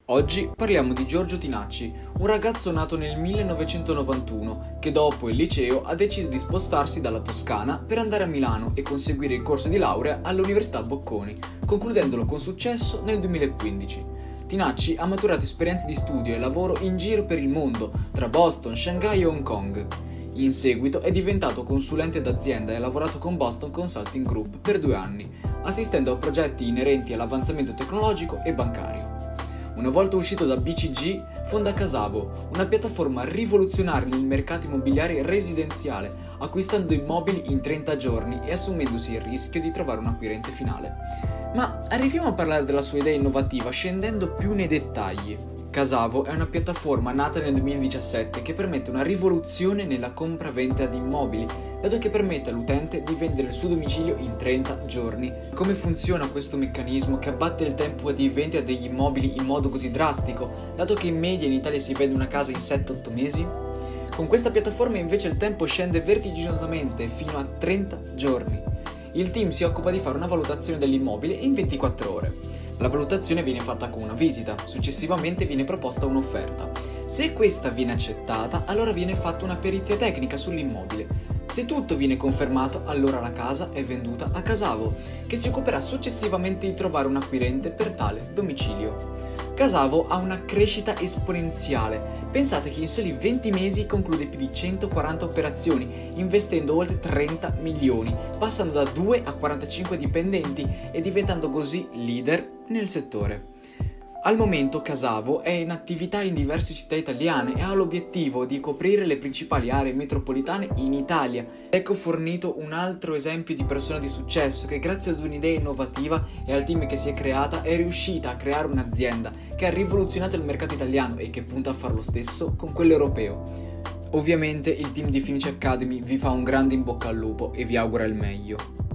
Oggi parliamo di Giorgio Tinacci, un ragazzo nato nel 1991 che dopo il liceo ha deciso di spostarsi dalla Toscana per andare a Milano e conseguire il corso di laurea all'Università Bocconi, concludendolo con successo nel 2015. Tinacci ha maturato esperienze di studio e lavoro in giro per il mondo, tra Boston, Shanghai e Hong Kong. In seguito è diventato consulente d'azienda e ha lavorato con Boston Consulting Group per 2 anni, assistendo a progetti inerenti all'avanzamento tecnologico e bancario. Una volta uscito da BCG, fonda Casavo, una piattaforma rivoluzionaria nel mercato immobiliare residenziale, acquistando immobili in 30 giorni e assumendosi il rischio di trovare un acquirente finale. Ma arriviamo a parlare della sua idea innovativa scendendo più nei dettagli. Casavo è una piattaforma nata nel 2017 che permette una rivoluzione nella compravendita di immobili, dato che permette all'utente di vendere il suo domicilio in 30 giorni. Come funziona questo meccanismo che abbatte il tempo di vendita degli immobili in modo così drastico, dato che in media in Italia si vende una casa in 7-8 mesi? Con questa piattaforma invece il tempo scende vertiginosamente fino a 30 giorni. Il team si occupa di fare una valutazione dell'immobile in 24 ore. La valutazione viene fatta con una visita, successivamente viene proposta un'offerta. Se questa viene accettata, allora viene fatta una perizia tecnica sull'immobile. Se tutto viene confermato, allora la casa è venduta a Casavo, che si occuperà successivamente di trovare un acquirente per tale domicilio. Casavo ha una crescita esponenziale. Pensate che in soli 20 mesi conclude più di 140 operazioni, investendo oltre 30 milioni, passando da 2 a 45 dipendenti e diventando così leader nel settore. Al momento Casavo è in attività in diverse città italiane e ha l'obiettivo di coprire le principali aree metropolitane in Italia. Ecco fornito un altro esempio di persona di successo che grazie ad un'idea innovativa e al team che si è creata è riuscita a creare un'azienda che ha rivoluzionato il mercato italiano e che punta a fare lo stesso con quello europeo. Ovviamente il team di Finici Academy vi fa un grande in bocca al lupo e vi augura il meglio.